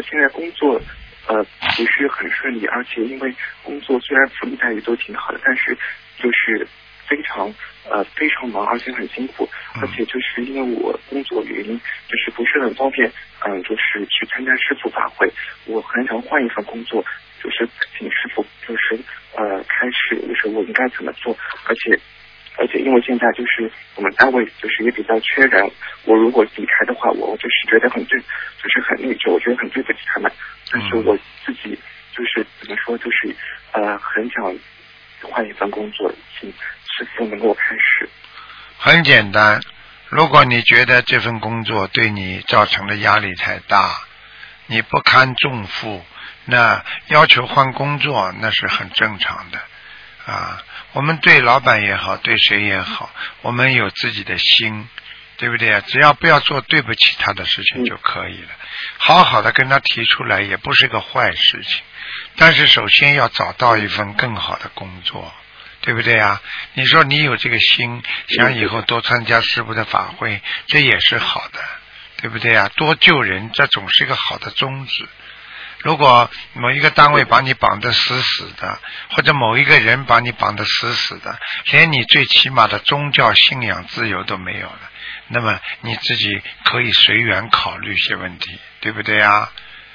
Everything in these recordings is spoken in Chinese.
现在工作不是很顺利，而且因为工作虽然福利待遇都挺好的，但是就是非常忙，而且很辛苦，而且就是因为我工作原因，就是不是很方便，就是去参加师父法会，我很想换一份工作，就是请师父就是开始就是我应该怎么做，而且因为现在就是我们单位就是也比较缺人，我如果离开的话，我就是觉得就是很内疚，我觉得很对不起他们，但是我自己就是怎么说，就是很想换一份工作，请师父能够开始。 很简单，如果你觉得这份工作对你造成的压力太大，你不堪重负，那要求换工作那是很正常的啊。我们对老板也好，对谁也好，我们有自己的心，对不对啊？只要不要做对不起他的事情就可以了，好好的跟他提出来也不是个坏事情，但是首先要找到一份更好的工作，对不对啊？你说你有这个心，想以后多参加师父的法会，这也是好的，对不对啊？多救人，这总是一个好的宗旨。如果某一个单位把你绑得死死的，或者某一个人把你绑得死死的，连你最起码的宗教信仰自由都没有了，那么你自己可以随缘考虑些问题，对不对啊？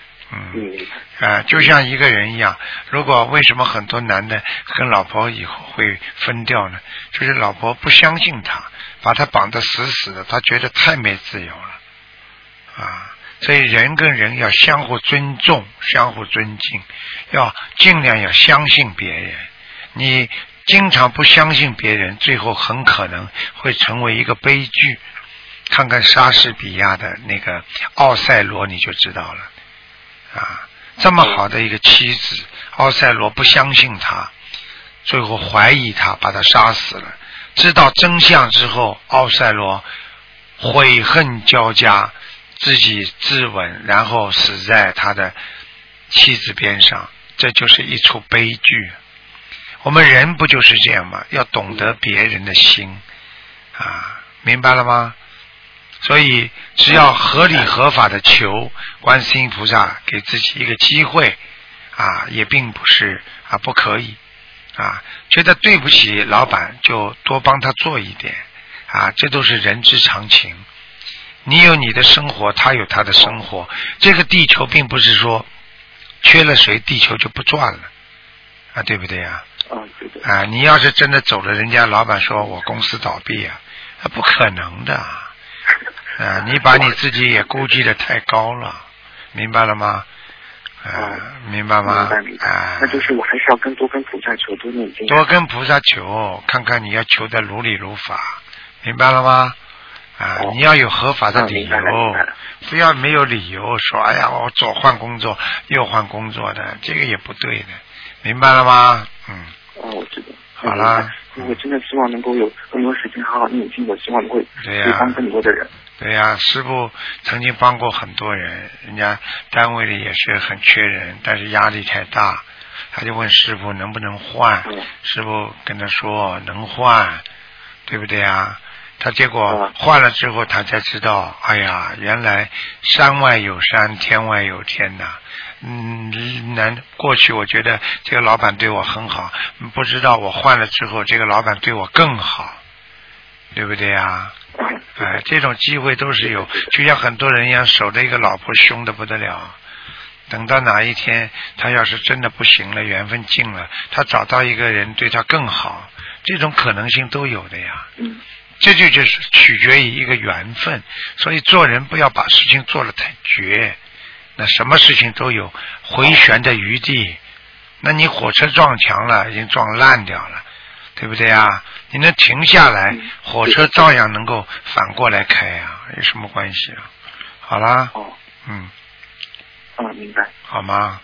就像一个人一样，如果为什么很多男的跟老婆以后会分掉呢？就是老婆不相信他，把他绑得死死的，他觉得太没自由了啊。所以人跟人要相互尊重，相互尊敬，要尽量要相信别人。你经常不相信别人，最后很可能会成为一个悲剧。看看莎士比亚的那个奥赛罗你就知道了啊，这么好的一个妻子，奥赛罗不相信他，最后怀疑他，把他杀死了。知道真相之后，奥赛罗悔恨交加，自己自刎，然后死在他的妻子边上，这就是一出悲剧。我们人不就是这样吗？要懂得别人的心啊，明白了吗？所以只要合理合法的求观世音菩萨给自己一个机会啊，也并不是不可以啊。觉得对不起老板就多帮他做一点啊，这都是人之常情。你有你的生活，他有他的生活，这个地球并不是说缺了谁地球就不转了啊，对不对啊？啊，你要是真的走了，人家老板说我公司倒闭啊，不可能的啊！你把你自己也估计的太高了，明白了吗？明白吗？ 明白。那就是我还是要多跟菩萨求，多念经， 多跟菩萨求，看看你要求的如理如法，明白了吗？你要有合法的理由，不要没有理由说哎呀我左换工作右换工作的，这个也不对的，明白了吗？ 我知道。 好啦， 我真的希望能够有更多时间好好念经，我希望能够帮更多的人。 对呀，师父曾经帮过很多人，人家单位里也是很缺人，但是压力太大，他就问师父能不能换，师父跟他说能换，对不对啊？他结果换了之后，他才知道，哎呀，原来山外有山，天外有天呐。过去我觉得这个老板对我很好，不知道我换了之后，这个老板对我更好，对不对啊？这种机会都是有，就像很多人一样，守着一个老婆凶得不得了。等到哪一天他要是真的不行了，缘分尽了，他找到一个人对他更好，这种可能性都有的呀。这就是取决于一个缘分，所以做人不要把事情做得太绝，那什么事情都有回旋的余地。那你火车撞墙了，已经撞烂掉了，对不对啊？你能停下来，火车照样能够反过来开啊，有什么关系啊？好啦， 明白， 好吗？